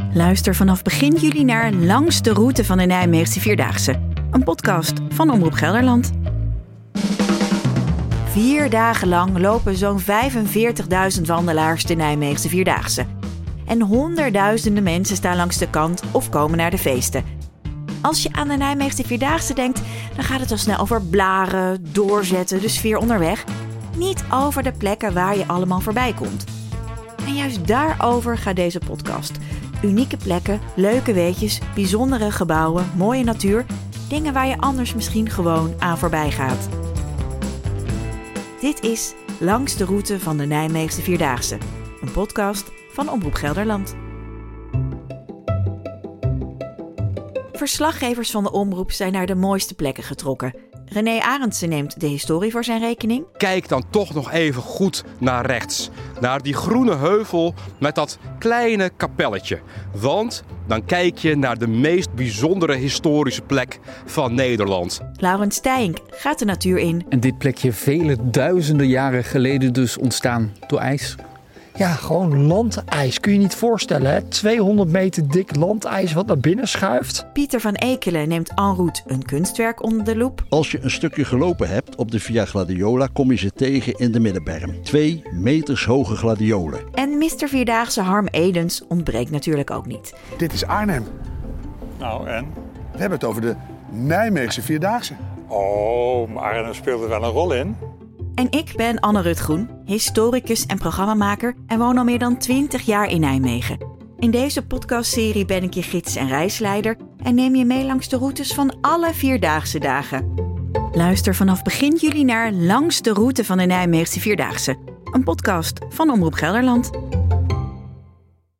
Luister vanaf begin juli naar Langs de route van de Nijmeegse Vierdaagse. Een podcast van Omroep Gelderland. 4 dagen lang lopen zo'n 45.000 wandelaars de Nijmeegse Vierdaagse. En honderdduizenden mensen staan langs de kant of komen naar de feesten. Als je aan de Nijmeegse Vierdaagse denkt, dan gaat het al snel over blaren, doorzetten, de sfeer onderweg. Niet over de plekken waar je allemaal voorbij komt. En juist daarover gaat deze podcast. Unieke plekken, leuke weetjes, bijzondere gebouwen, mooie natuur. Dingen waar je anders misschien gewoon aan voorbij gaat. Dit is Langs de route van de Nijmeegse Vierdaagse. Een podcast van Omroep Gelderland. Verslaggevers van de omroep zijn naar de mooiste plekken getrokken. René Arendsen neemt de historie voor zijn rekening. Kijk dan toch nog even goed naar rechts. Naar die groene heuvel met dat kleine kapelletje. Want dan kijk je naar de meest bijzondere historische plek van Nederland. Laurens Stijnk gaat de natuur in. En dit plekje vele duizenden jaren geleden dus ontstaan door ijs. Ja, gewoon landijs. Kun je niet voorstellen, hè? 200 meter dik landijs wat naar binnen schuift. Pieter van Ekelen neemt en route een kunstwerk onder de loep. Als je een stukje gelopen hebt op de Via Gladiola, kom je ze tegen in de Middenberm. 2 meters hoge gladiolen. En Mr. Vierdaagse Harm Edens ontbreekt natuurlijk ook niet. Dit is Arnhem. Nou, en? We hebben het over de Nijmeegse Vierdaagse. Oh, maar Arnhem speelt er wel een rol in. En ik ben Anne Rutgroen, historicus en programmamaker en woon al meer dan 20 jaar in Nijmegen. In deze podcastserie ben ik je gids en reisleider en neem je mee langs de routes van alle Vierdaagse dagen. Luister vanaf begin juli naar Langs de route van de Nijmeegse Vierdaagse. Een podcast van Omroep Gelderland.